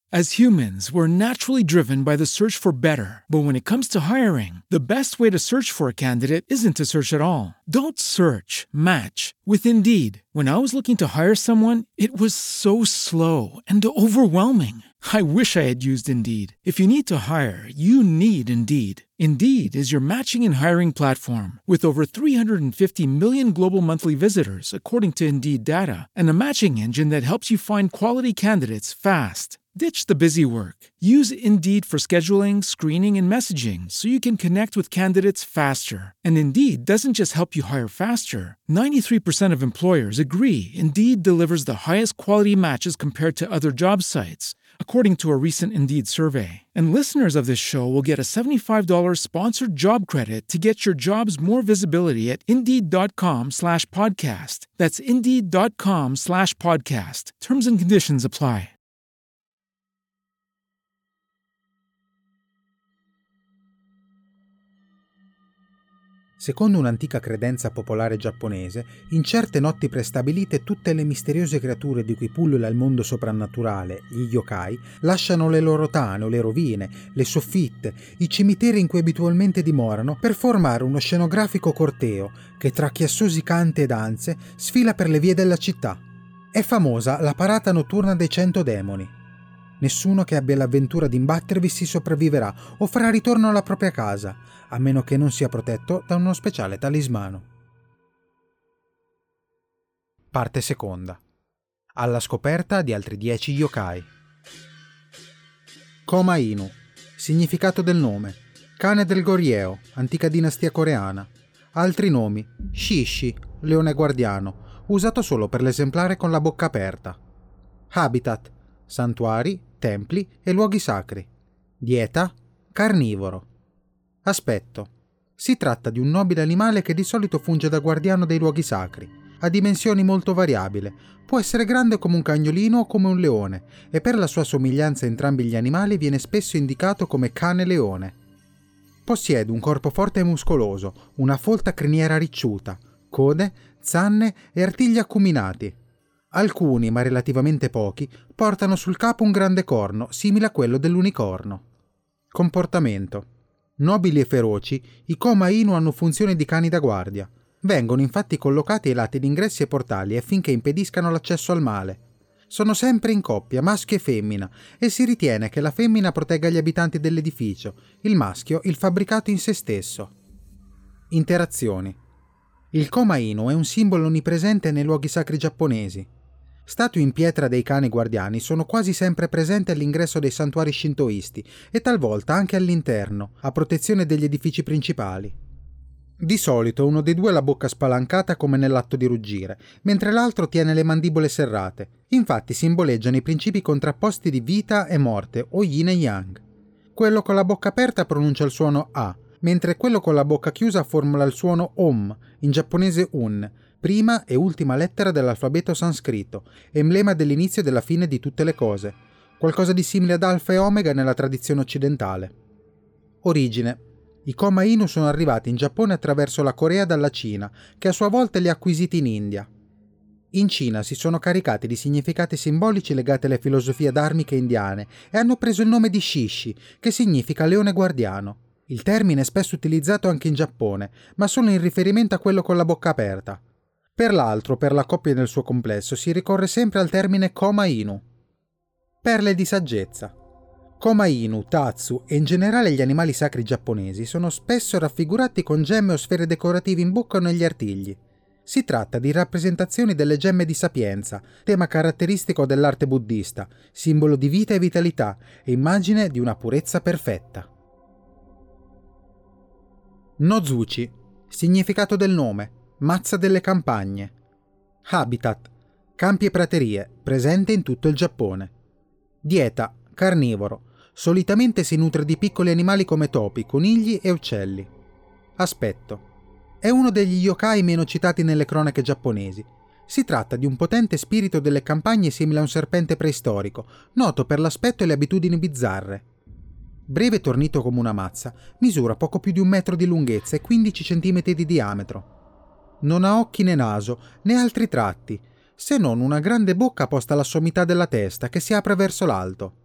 As humans, we're naturally driven by the search for better. But when it comes to hiring, the best way to search for a candidate isn't to search at all. Don't search, match with Indeed. When I was looking to hire someone, it was so slow and overwhelming. I wish I had used Indeed. If you need to hire, you need Indeed. Indeed is your matching and hiring platform with over 350 million global monthly visitors, according to Indeed data, and a matching engine that helps you find quality candidates fast. Ditch the busy work. Use Indeed for scheduling, screening, and messaging so you can connect with candidates faster. And Indeed doesn't just help you hire faster. 93% of employers agree Indeed delivers the highest quality matches compared to other job sites, according to a recent Indeed survey. And listeners of this show will get a $75 sponsored job credit to get your jobs more visibility at Indeed.com/podcast. That's Indeed.com/podcast. Terms and conditions apply. Secondo un'antica credenza popolare giapponese, in certe notti prestabilite tutte le misteriose creature di cui pullula il mondo soprannaturale, gli yokai, lasciano le loro tane o le rovine, le soffitte, i cimiteri in cui abitualmente dimorano per formare uno scenografico corteo che tra chiassosi canti e danze sfila per le vie della città. È famosa la parata notturna dei 100 demoni. Nessuno che abbia l'avventura di imbattervi si sopravviverà o farà ritorno alla propria casa, a meno che non sia protetto da uno speciale talismano. Parte seconda. Alla scoperta di altri 10 yokai. Koma Inu. Significato del nome: cane del Goryeo, antica dinastia coreana. Altri nomi: Shishi, leone guardiano, usato solo per l'esemplare con la bocca aperta. Habitat: santuari, templi e luoghi sacri. Dieta: carnivoro. Aspetto: si tratta di un nobile animale che di solito funge da guardiano dei luoghi sacri. Ha dimensioni molto variabili, può essere grande come un cagnolino o come un leone, e per la sua somiglianza a entrambi gli animali viene spesso indicato come cane leone. Possiede un corpo forte e muscoloso, una folta criniera ricciuta, code, zanne e artigli acuminati. Alcuni, ma relativamente pochi, portano sul capo un grande corno, simile a quello dell'unicorno. Comportamento: nobili e feroci, i Koma Inu hanno funzione di cani da guardia. Vengono infatti collocati ai lati di ingressi e portali affinché impediscano l'accesso al male. Sono sempre in coppia, maschio e femmina, e si ritiene che la femmina protegga gli abitanti dell'edificio, il maschio il fabbricato in se stesso. Interazioni: il Koma Inu è un simbolo onnipresente nei luoghi sacri giapponesi. Statue in pietra dei cani guardiani sono quasi sempre presenti all'ingresso dei santuari shintoisti e talvolta anche all'interno, a protezione degli edifici principali. Di solito uno dei due ha la bocca spalancata come nell'atto di ruggire, mentre l'altro tiene le mandibole serrate. Infatti simboleggiano i principi contrapposti di vita e morte, o yin e yang. Quello con la bocca aperta pronuncia il suono A, mentre quello con la bocca chiusa formula il suono Om, in giapponese Un, prima e ultima lettera dell'alfabeto sanscrito, emblema dell'inizio e della fine di tutte le cose, qualcosa di simile ad Alfa e Omega nella tradizione occidentale. Origine: i Koma Inu sono arrivati in Giappone attraverso la Corea dalla Cina, che a sua volta li ha acquisiti in India. In Cina si sono caricati di significati simbolici legati alle filosofie dharmiche indiane e hanno preso il nome di Shishi, che significa leone guardiano. Il termine è spesso utilizzato anche in Giappone, ma solo in riferimento a quello con la bocca aperta. Per l'altro, per la coppia nel suo complesso, si ricorre sempre al termine Koma Inu. Perle di saggezza. Koma Inu, Tatsu e in generale gli animali sacri giapponesi sono spesso raffigurati con gemme o sfere decorative in bocca o negli artigli. Si tratta di rappresentazioni delle gemme di sapienza, tema caratteristico dell'arte buddista, simbolo di vita e vitalità e immagine di una purezza perfetta. Nozuchi. Significato del nome: mazza delle campagne. Habitat: campi e praterie, presente in tutto il Giappone. Dieta: carnivoro. Solitamente si nutre di piccoli animali come topi, conigli e uccelli. Aspetto: è uno degli yokai meno citati nelle cronache giapponesi. Si tratta di un potente spirito delle campagne simile a un serpente preistorico, noto per l'aspetto e le abitudini bizzarre. Breve e tornito come una mazza, misura poco più di 1 metro di lunghezza e 15 centimetri di diametro. Non ha occhi né naso, né altri tratti, se non una grande bocca posta alla sommità della testa che si apre verso l'alto.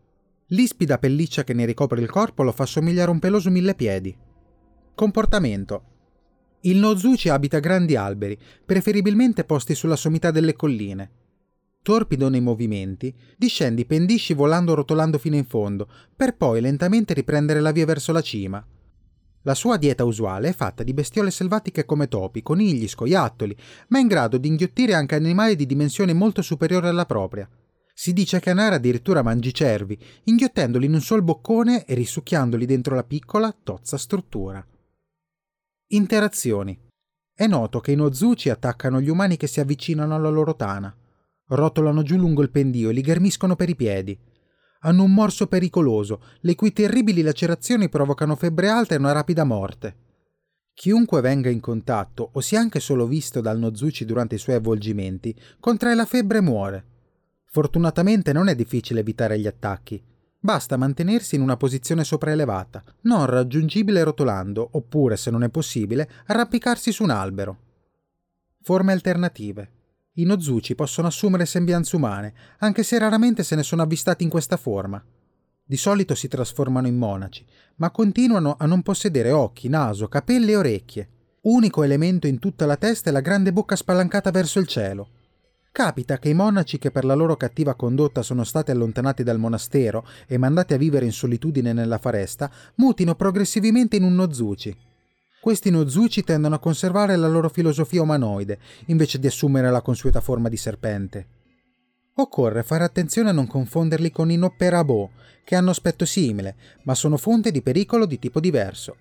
L'ispida pelliccia che ne ricopre il corpo lo fa somigliare a un peloso millepiedi. Comportamento. Il Nozuchi abita grandi alberi, preferibilmente posti sulla sommità delle colline. Torpido nei movimenti, discendi i pendisci volando rotolando fino in fondo, per poi lentamente riprendere la via verso la cima. La sua dieta usuale è fatta di bestiole selvatiche come topi, conigli, scoiattoli, ma è in grado di inghiottire anche animali di dimensione molto superiore alla propria. Si dice che Anara addirittura mangi cervi, inghiottendoli in un sol boccone e risucchiandoli dentro la piccola, tozza struttura. Interazioni. È noto che i Nozuchi attaccano gli umani che si avvicinano alla loro tana. Rotolano giù lungo il pendio e li ghermiscono per i piedi. Hanno un morso pericoloso, le cui terribili lacerazioni provocano febbre alta e una rapida morte. Chiunque venga in contatto o sia anche solo visto dal Nozuchi durante i suoi avvolgimenti, contrae la febbre e muore. Fortunatamente non è difficile evitare gli attacchi. Basta mantenersi in una posizione sopraelevata, non raggiungibile rotolando, oppure, se non è possibile, arrampicarsi su un albero. Forme alternative. I Nozuchi possono assumere sembianze umane, anche se raramente se ne sono avvistati in questa forma. Di solito si trasformano in monaci, ma continuano a non possedere occhi, naso, capelli e orecchie. Unico elemento in tutta la testa è la grande bocca spalancata verso il cielo. Capita che i monaci che per la loro cattiva condotta sono stati allontanati dal monastero e mandati a vivere in solitudine nella foresta, mutino progressivamente in un Nozuchi. Questi Nozuchi tendono a conservare la loro filosofia umanoide, invece di assumere la consueta forma di serpente. Occorre fare attenzione a non confonderli con i Nopperabo, che hanno aspetto simile, ma sono fonte di pericolo di tipo diverso.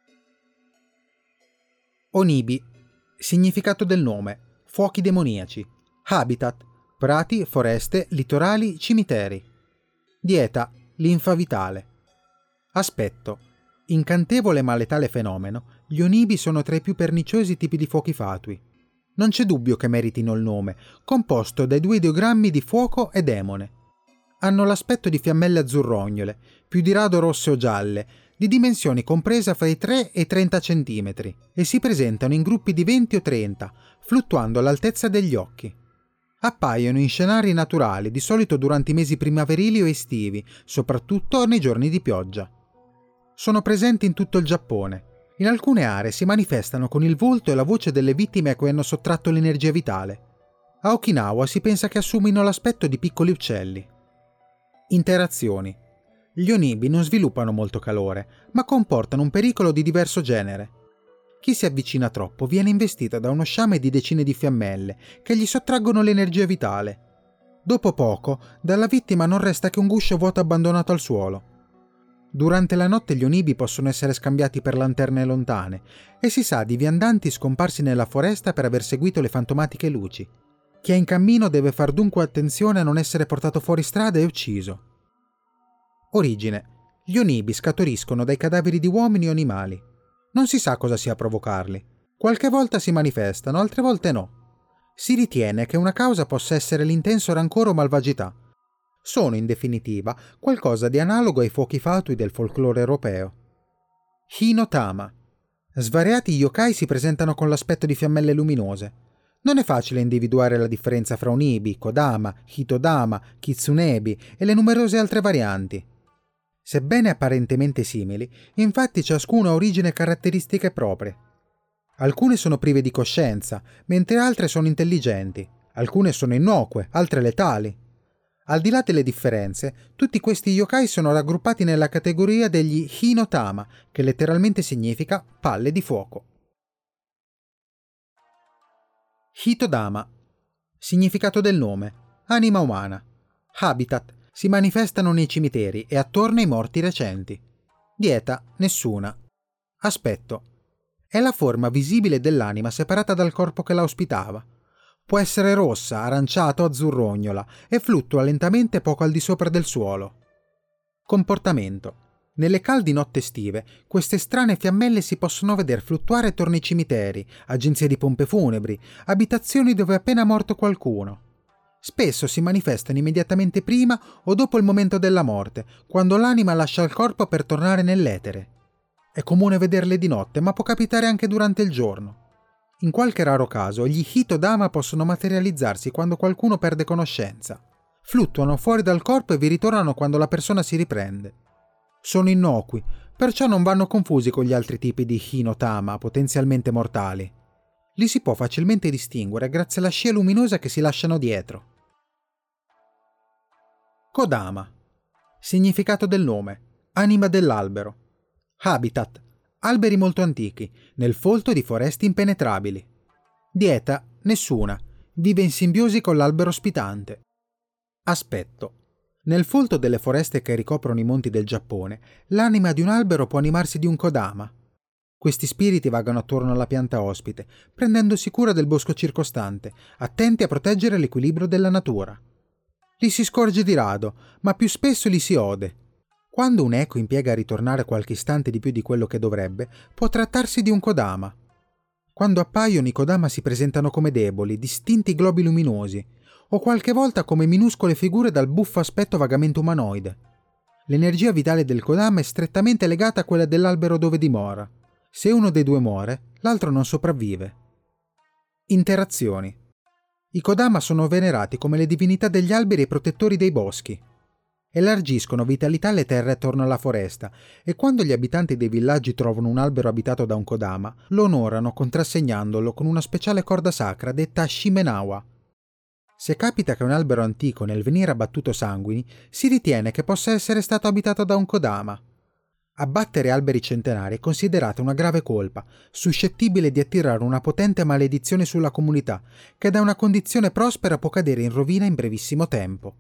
Onibi. Significato del nome: fuochi demoniaci. Habitat: prati, foreste, litorali, cimiteri. Dieta: linfa vitale. Aspetto: incantevole ma letale fenomeno, gli onibi sono tra i più perniciosi tipi di fuochi fatui. Non c'è dubbio che meritino il nome, composto dai due ideogrammi di fuoco e demone. Hanno l'aspetto di fiammelle azzurrognole, più di rado rosse o gialle, di dimensioni comprese fra i 3 e i 30 cm, e si presentano in gruppi di 20 o 30, fluttuando all'altezza degli occhi. Appaiono in scenari naturali, di solito durante i mesi primaverili o estivi, soprattutto nei giorni di pioggia. Sono presenti in tutto il Giappone. In alcune aree si manifestano con il volto e la voce delle vittime a cui hanno sottratto l'energia vitale. A Okinawa si pensa che assumino l'aspetto di piccoli uccelli. Interazioni. Gli onibi non sviluppano molto calore, ma comportano un pericolo di diverso genere. Chi si avvicina troppo viene investito da uno sciame di decine di fiammelle che gli sottraggono l'energia vitale. Dopo poco, dalla vittima non resta che un guscio vuoto abbandonato al suolo. Durante la notte gli onibi possono essere scambiati per lanterne lontane e si sa di viandanti scomparsi nella foresta per aver seguito le fantomatiche luci. Chi è in cammino deve far dunque attenzione a non essere portato fuori strada e ucciso. Origine. Gli onibi scaturiscono dai cadaveri di uomini o animali. Non si sa cosa sia a provocarli. Qualche volta si manifestano, altre volte no. Si ritiene che una causa possa essere l'intenso rancore o malvagità. Sono, in definitiva, qualcosa di analogo ai fuochi fatui del folklore europeo. Hinotama. Svariati yokai si presentano con l'aspetto di fiammelle luminose. Non è facile individuare la differenza fra onibi, kodama, hitodama, kitsunebi e le numerose altre varianti. Sebbene apparentemente simili, infatti ciascuno ha origini e caratteristiche proprie. Alcune sono prive di coscienza, mentre altre sono intelligenti. Alcune sono innocue, altre letali. Al di là delle differenze, tutti questi yokai sono raggruppati nella categoria degli Hinotama, che letteralmente significa palle di fuoco. Hitodama. Significato del nome: anima umana. Habitat: si manifestano nei cimiteri e attorno ai morti recenti. Dieta: nessuna. Aspetto: è la forma visibile dell'anima separata dal corpo che la ospitava. Può essere rossa, aranciata o azzurrognola e fluttua lentamente poco al di sopra del suolo. Comportamento. Nelle caldi notti estive, queste strane fiammelle si possono vedere fluttuare attorno ai cimiteri, agenzie di pompe funebri, abitazioni dove è appena morto qualcuno. Spesso si manifestano immediatamente prima o dopo il momento della morte, quando l'anima lascia il corpo per tornare nell'etere. È comune vederle di notte, ma può capitare anche durante il giorno. In qualche raro caso, gli Hitodama possono materializzarsi quando qualcuno perde conoscenza. Fluttuano fuori dal corpo e vi ritornano quando la persona si riprende. Sono innocui, perciò non vanno confusi con gli altri tipi di Hinotama potenzialmente mortali. Li si può facilmente distinguere grazie alla scia luminosa che si lasciano dietro. Kodama. Significato del nome: anima dell'albero. Habitat: alberi molto antichi, nel folto di foreste impenetrabili. Dieta: nessuna, vive in simbiosi con l'albero ospitante. Aspetto: nel folto delle foreste che ricoprono i monti del Giappone, l'anima di un albero può animarsi di un kodama. Questi spiriti vagano attorno alla pianta ospite, prendendosi cura del bosco circostante, attenti a proteggere l'equilibrio della natura. Li si scorge di rado, ma più spesso li si ode. Quando un eco impiega a ritornare qualche istante di più di quello che dovrebbe, può trattarsi di un kodama. Quando appaiono, i kodama si presentano come deboli, distinti globi luminosi, o qualche volta come minuscole figure dal buffo aspetto vagamente umanoide. L'energia vitale del kodama è strettamente legata a quella dell'albero dove dimora. Se uno dei due muore, l'altro non sopravvive. Interazioni. I kodama sono venerati come le divinità degli alberi e protettori dei boschi. Elargiscono vitalità alle terre attorno alla foresta e quando gli abitanti dei villaggi trovano un albero abitato da un kodama, lo onorano contrassegnandolo con una speciale corda sacra detta Shimenawa. Se capita che un albero antico nel venire abbattuto sanguini, si ritiene che possa essere stato abitato da un kodama. Abbattere alberi centenari è considerata una grave colpa, suscettibile di attirare una potente maledizione sulla comunità, che da una condizione prospera può cadere in rovina in brevissimo tempo.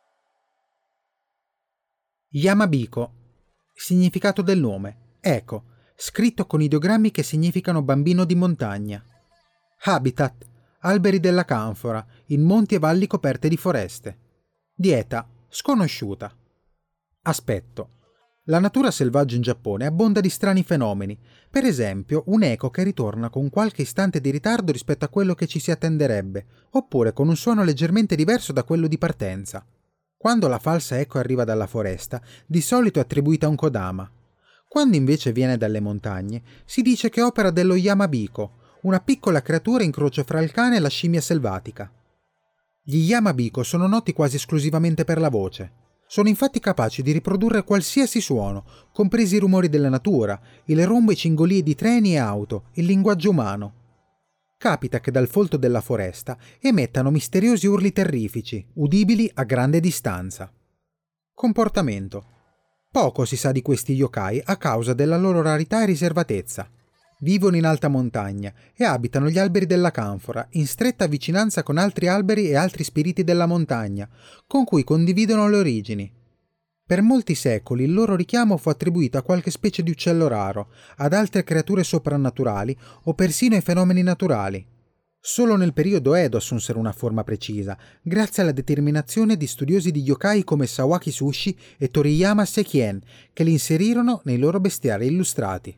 Yamabiko. Significato del nome: eco, scritto con ideogrammi che significano bambino di montagna. Habitat: alberi della canfora, in monti e valli coperte di foreste. Dieta: sconosciuta. Aspetto: la natura selvaggia in Giappone abbonda di strani fenomeni, per esempio un eco che ritorna con qualche istante di ritardo rispetto a quello che ci si attenderebbe, oppure con un suono leggermente diverso da quello di partenza. Quando la falsa eco arriva dalla foresta, di solito è attribuita a un kodama. Quando invece viene dalle montagne, si dice che è opera dello Yamabiko, una piccola creatura incrocio fra il cane e la scimmia selvatica. Gli Yamabiko sono noti quasi esclusivamente per la voce. Sono infatti capaci di riprodurre qualsiasi suono, compresi i rumori della natura, il rombo e cingolie di treni e auto, il linguaggio umano. Capita che dal folto della foresta emettano misteriosi urli terrifici, udibili a grande distanza. Comportamento. Poco si sa di questi yokai a causa della loro rarità e riservatezza. Vivono in alta montagna e abitano gli alberi della canfora, in stretta vicinanza con altri alberi e altri spiriti della montagna, con cui condividono le origini. Per molti secoli il loro richiamo fu attribuito a qualche specie di uccello raro, ad altre creature soprannaturali o persino ai fenomeni naturali. Solo nel periodo Edo assunsero una forma precisa, grazie alla determinazione di studiosi di yokai come Sawaki Sushi e Toriyama Sekien, che li inserirono nei loro bestiari illustrati.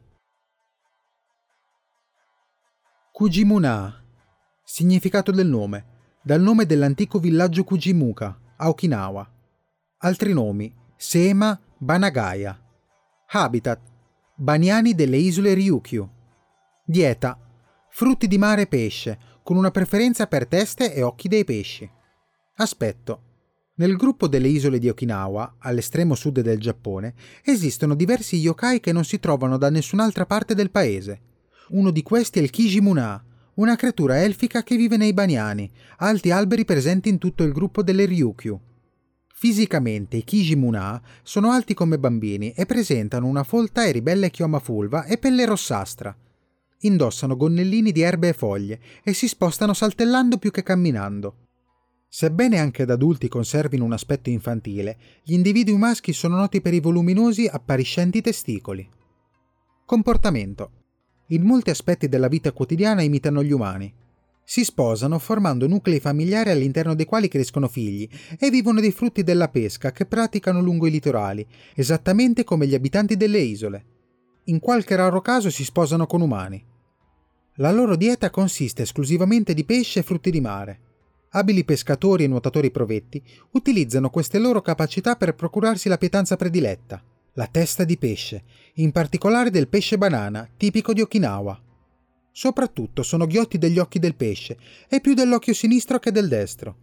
Kujimuna. Significato del nome: dal nome dell'antico villaggio Kujimuka, a Okinawa. Altri nomi: Sema, Banagaya. Habitat: baniani delle isole Ryukyu. Dieta: frutti di mare e pesce, con una preferenza per teste e occhi dei pesci. Aspetto: nel gruppo delle isole di Okinawa, all'estremo sud del Giappone, esistono diversi yokai che non si trovano da nessun'altra parte del paese. Uno di questi è il Kijimuna, una creatura elfica che vive nei baniani, alti alberi presenti in tutto il gruppo delle Ryukyu. Fisicamente i Kijimuna sono alti come bambini e presentano una folta e ribelle chioma fulva e pelle rossastra. Indossano gonnellini di erbe e foglie e si spostano saltellando più che camminando. Sebbene anche ad adulti conservino un aspetto infantile, gli individui maschi sono noti per i voluminosi, appariscenti testicoli. Comportamento. In molti aspetti della vita quotidiana imitano gli umani. Si sposano formando nuclei familiari all'interno dei quali crescono figli e vivono dei frutti della pesca che praticano lungo i litorali, esattamente come gli abitanti delle isole. In qualche raro caso si sposano con umani. La loro dieta consiste esclusivamente di pesce e frutti di mare. Abili pescatori e nuotatori provetti utilizzano queste loro capacità per procurarsi la pietanza prediletta: la testa di pesce, in particolare del pesce banana, tipico di Okinawa. Soprattutto sono ghiotti degli occhi del pesce, e più dell'occhio sinistro che del destro.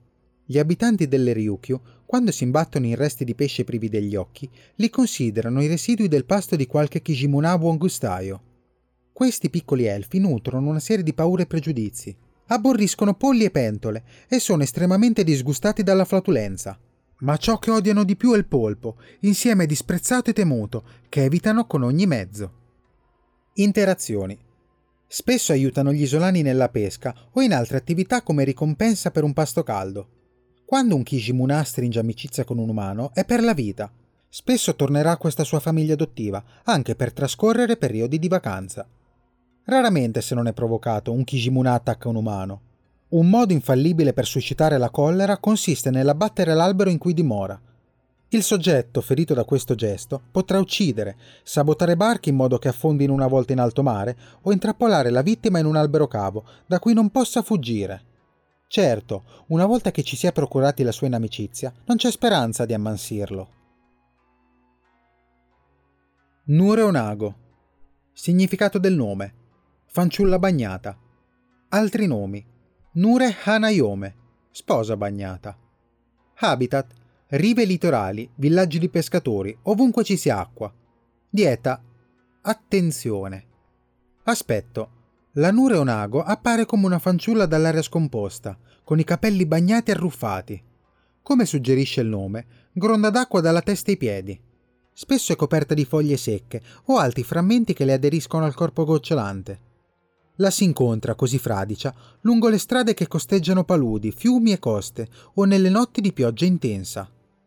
Gli abitanti delle Ryukyu, quando si imbattono in resti di pesce privi degli occhi, li considerano i residui del pasto di qualche Kijimuna buongustaio. Questi piccoli elfi nutrono una serie di paure e pregiudizi. Aborriscono polli e pentole e sono estremamente disgustati dalla flatulenza. Ma ciò che odiano di più è il polpo, insieme disprezzato e temuto, che evitano con ogni mezzo. Interazioni. Spesso aiutano gli isolani nella pesca o in altre attività come ricompensa per un pasto caldo. Quando un Kijimuna stringe amicizia con un umano è per la vita. Spesso tornerà a questa sua famiglia adottiva, anche per trascorrere periodi di vacanza. Raramente, se non è provocato, un Kijimuna attacca un umano. Un modo infallibile per suscitare la collera consiste nell'abbattere l'albero in cui dimora. Il soggetto, ferito da questo gesto, potrà uccidere, sabotare barche in modo che affondino una volta in alto mare o intrappolare la vittima in un albero cavo, da cui non possa fuggire. Certo, una volta che ci si è procurati la sua inimicizia, non c'è speranza di ammansirlo. Nure Onago. Significato del nome: fanciulla bagnata. Altri nomi: Nure Hanayome, sposa bagnata. Habitat: rive litorali, villaggi di pescatori, ovunque ci sia acqua. Dieta: attenzione. Aspetto: la Nure Onago appare come una fanciulla dall'aria scomposta, con i capelli bagnati e arruffati. Come suggerisce il nome, gronda d'acqua dalla testa ai piedi. Spesso è coperta di foglie secche o altri frammenti che le aderiscono al corpo gocciolante. La si incontra, così fradicia, lungo le strade che costeggiano paludi, fiumi e coste o nelle notti di pioggia intensa.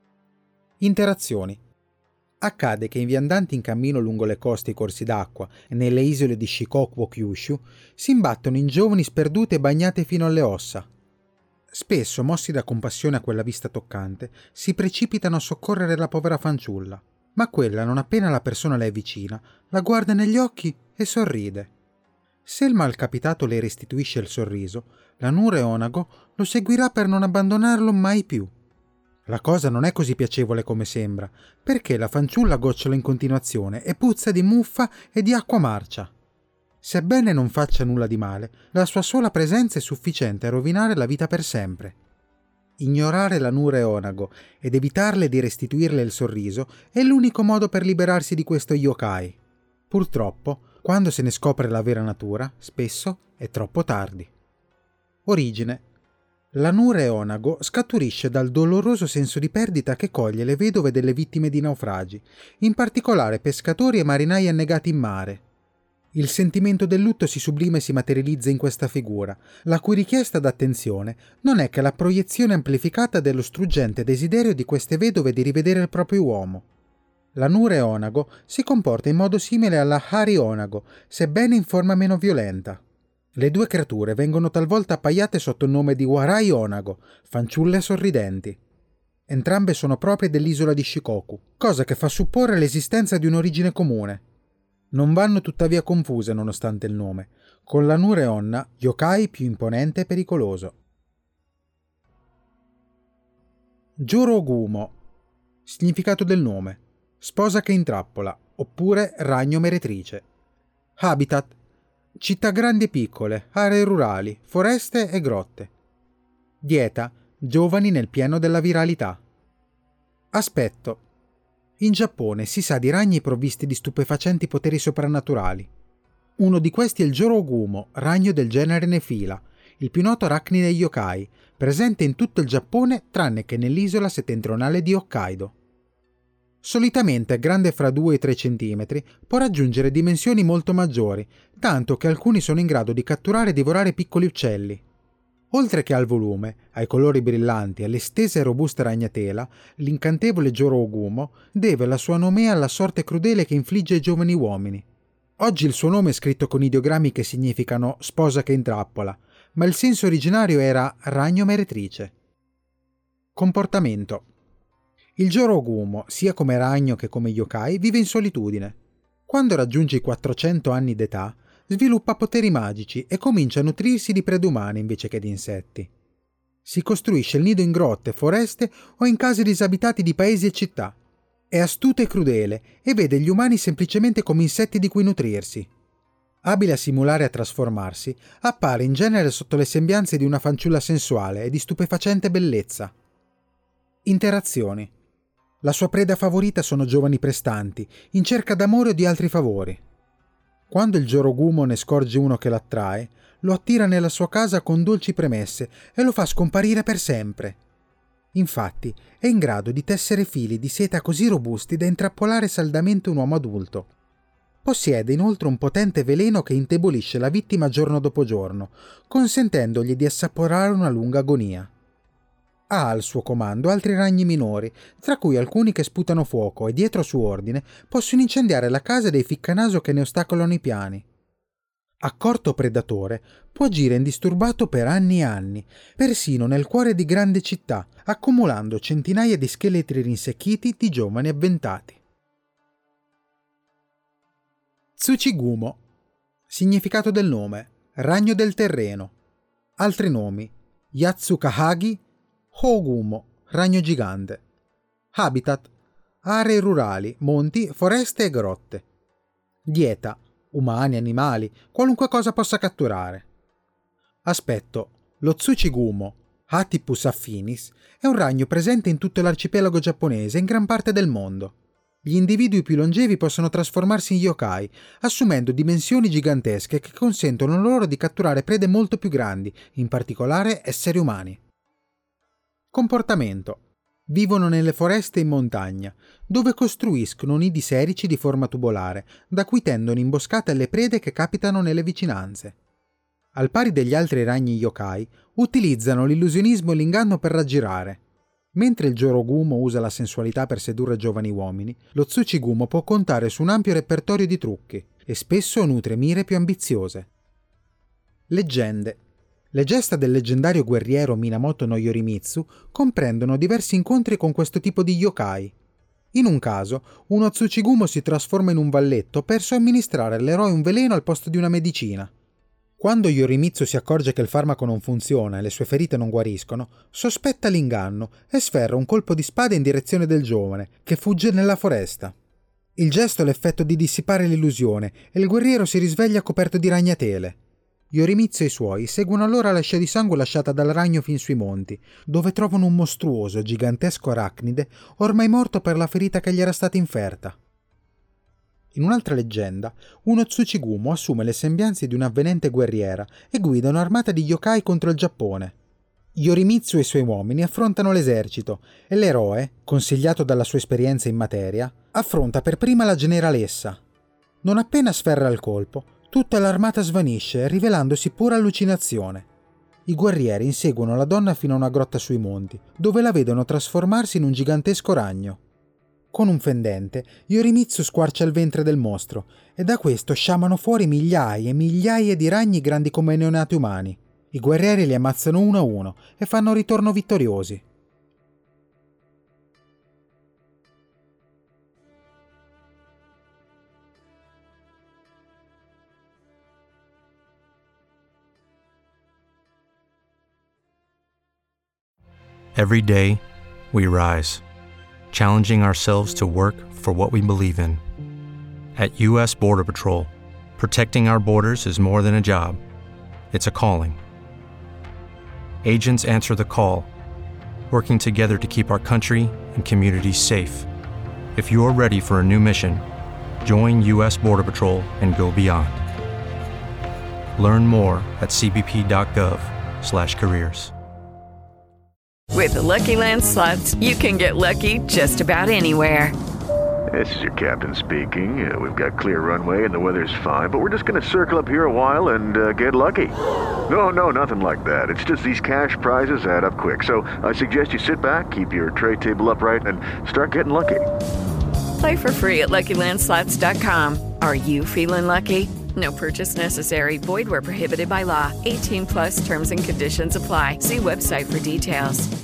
Interazioni. Accade che in viandanti in cammino lungo le coste e i corsi d'acqua e nelle isole di Shikoku o Kyushu si imbattono in giovani sperdute e bagnate fino alle ossa. Spesso, mossi da compassione a quella vista toccante, si precipitano a soccorrere la povera fanciulla, ma quella, non appena la persona le è vicina, la guarda negli occhi e sorride. Se il malcapitato le restituisce il sorriso, la Nure Onago lo seguirà per non abbandonarlo mai più. La cosa non è così piacevole come sembra, perché la fanciulla gocciola in continuazione e puzza di muffa e di acqua marcia. Sebbene non faccia nulla di male, la sua sola presenza è sufficiente a rovinare la vita per sempre. Ignorare la Nure Onago ed evitarle di restituirle il sorriso è l'unico modo per liberarsi di questo yokai. Purtroppo, quando se ne scopre la vera natura, spesso è troppo tardi. Origine. La Nure Onago scaturisce dal doloroso senso di perdita che coglie le vedove delle vittime di naufragi, in particolare pescatori e marinai annegati in mare. Il sentimento del lutto si sublima e si materializza in questa figura, la cui richiesta d'attenzione non è che la proiezione amplificata dello struggente desiderio di queste vedove di rivedere il proprio uomo. La Nure Onago si comporta in modo simile alla Hari Onago, sebbene in forma meno violenta. Le due creature vengono talvolta appaiate sotto il nome di Warai Onago, fanciulle sorridenti. Entrambe sono proprie dell'isola di Shikoku, cosa che fa supporre l'esistenza di un'origine comune. Non vanno tuttavia confuse nonostante il nome, con la Nure Onna, yokai più imponente e pericoloso. Jorogumo. Significato del nome: sposa che intrappola, oppure ragno meretrice. Habitat: città grandi e piccole, aree rurali, foreste e grotte. Dieta: giovani nel pieno della viralità. Aspetto: in Giappone si sa di ragni provvisti di stupefacenti poteri soprannaturali. Uno di questi è il Jorogumo, ragno del genere Nephila, il più noto arachnide yokai, presente in tutto il Giappone tranne che nell'isola settentrionale di Hokkaido. Solitamente è grande fra 2 e 3 cm, può raggiungere dimensioni molto maggiori, tanto che alcuni sono in grado di catturare e divorare piccoli uccelli. Oltre che al volume, ai colori brillanti e all'estesa e robusta ragnatela, l'incantevole Jorogumo deve la sua nomea alla sorte crudele che infligge ai giovani uomini. Oggi il suo nome è scritto con ideogrammi che significano sposa che intrappola, ma il senso originario era ragno meretrice. Comportamento. Il Jorogumo, sia come ragno che come yokai, vive in solitudine. Quando raggiunge i 400 anni d'età, sviluppa poteri magici e comincia a nutrirsi di prede umane invece che di insetti. Si costruisce il nido in grotte, foreste o in case disabitati di paesi e città. È astuta e crudele e vede gli umani semplicemente come insetti di cui nutrirsi. Abile a simulare e a trasformarsi, appare in genere sotto le sembianze di una fanciulla sensuale e di stupefacente bellezza. Interazioni. La sua preda favorita sono giovani prestanti, in cerca d'amore o di altri favori. Quando il Jorogumo ne scorge uno che l'attrae, lo attira nella sua casa con dolci premesse e lo fa scomparire per sempre. Infatti, è in grado di tessere fili di seta così robusti da intrappolare saldamente un uomo adulto. Possiede inoltre un potente veleno che indebolisce la vittima giorno dopo giorno, consentendogli di assaporare una lunga agonia. Ha al suo comando altri ragni minori, tra cui alcuni che sputano fuoco e dietro suo ordine possono incendiare la casa dei ficcanaso che ne ostacolano i piani. Accorto predatore, può agire indisturbato per anni e anni, persino nel cuore di grandi città, accumulando centinaia di scheletri rinsecchiti di giovani avventati. Tsuchigumo. Significato del nome: ragno del terreno. Altri nomi: Yatsukahagi, Hogumo, ragno gigante. Habitat: aree rurali, monti, foreste e grotte. Dieta: umani, animali, qualunque cosa possa catturare. Aspetto: lo Tsuchigumo, Hatipus affinis, è un ragno presente in tutto l'arcipelago giapponese e in gran parte del mondo. Gli individui più longevi possono trasformarsi in yokai, assumendo dimensioni gigantesche che consentono loro di catturare prede molto più grandi, in particolare esseri umani. Comportamento: vivono nelle foreste e in montagna, dove costruiscono nidi serici di forma tubolare, da cui tendono imboscate alle prede che capitano nelle vicinanze. Al pari degli altri ragni yokai, utilizzano l'illusionismo e l'inganno per raggirare. Mentre il Jorogumo usa la sensualità per sedurre giovani uomini, lo Tsuchigumo può contare su un ampio repertorio di trucchi e spesso nutre mire più ambiziose. Leggende. Le gesta del leggendario guerriero Minamoto no Yorimitsu comprendono diversi incontri con questo tipo di yokai. In un caso, uno Tsuchigumo si trasforma in un valletto per somministrare all'eroe un veleno al posto di una medicina. Quando Yorimitsu si accorge che il farmaco non funziona e le sue ferite non guariscono, sospetta l'inganno e sferra un colpo di spada in direzione del giovane, che fugge nella foresta. Il gesto ha l'effetto di dissipare l'illusione e il guerriero si risveglia coperto di ragnatele. Yorimitsu e i suoi seguono allora la scia di sangue lasciata dal ragno fin sui monti, dove trovano un mostruoso, gigantesco arachnide, ormai morto per la ferita che gli era stata inferta. In un'altra leggenda, uno Tsuchigumo assume le sembianze di un'avvenente guerriera e guida un'armata di yokai contro il Giappone. Yorimitsu e i suoi uomini affrontano l'esercito e l'eroe, consigliato dalla sua esperienza in materia, affronta per prima la generalessa. Non appena sferra il colpo, tutta l'armata svanisce, rivelandosi pura allucinazione. I guerrieri inseguono la donna fino a una grotta sui monti, dove la vedono trasformarsi in un gigantesco ragno. Con un fendente, Yorimitsu squarcia il ventre del mostro e da questo sciamano fuori migliaia e migliaia di ragni grandi come neonati umani. I guerrieri li ammazzano uno a uno e fanno ritorno vittoriosi. Every day, we rise, challenging ourselves to work for what we believe in. At U.S. Border Patrol, protecting our borders is more than a job, it's a calling. Agents answer the call, working together to keep our country and communities safe. If you're ready for a new mission, join U.S. Border Patrol and go beyond. Learn more at cbp.gov/careers. With the Lucky Land Slots, you can get lucky just about anywhere. This is your captain speaking. We've got clear runway and the weather's fine, but we're just going to circle up here a while and get lucky. No, nothing like that. It's just these cash prizes add up quick. So I suggest you sit back, keep your tray table upright, and start getting lucky. Play for free at LuckyLandSlots.com. Are you feeling lucky? No purchase necessary. Void where prohibited by law. 18+ terms and conditions apply. See website for details.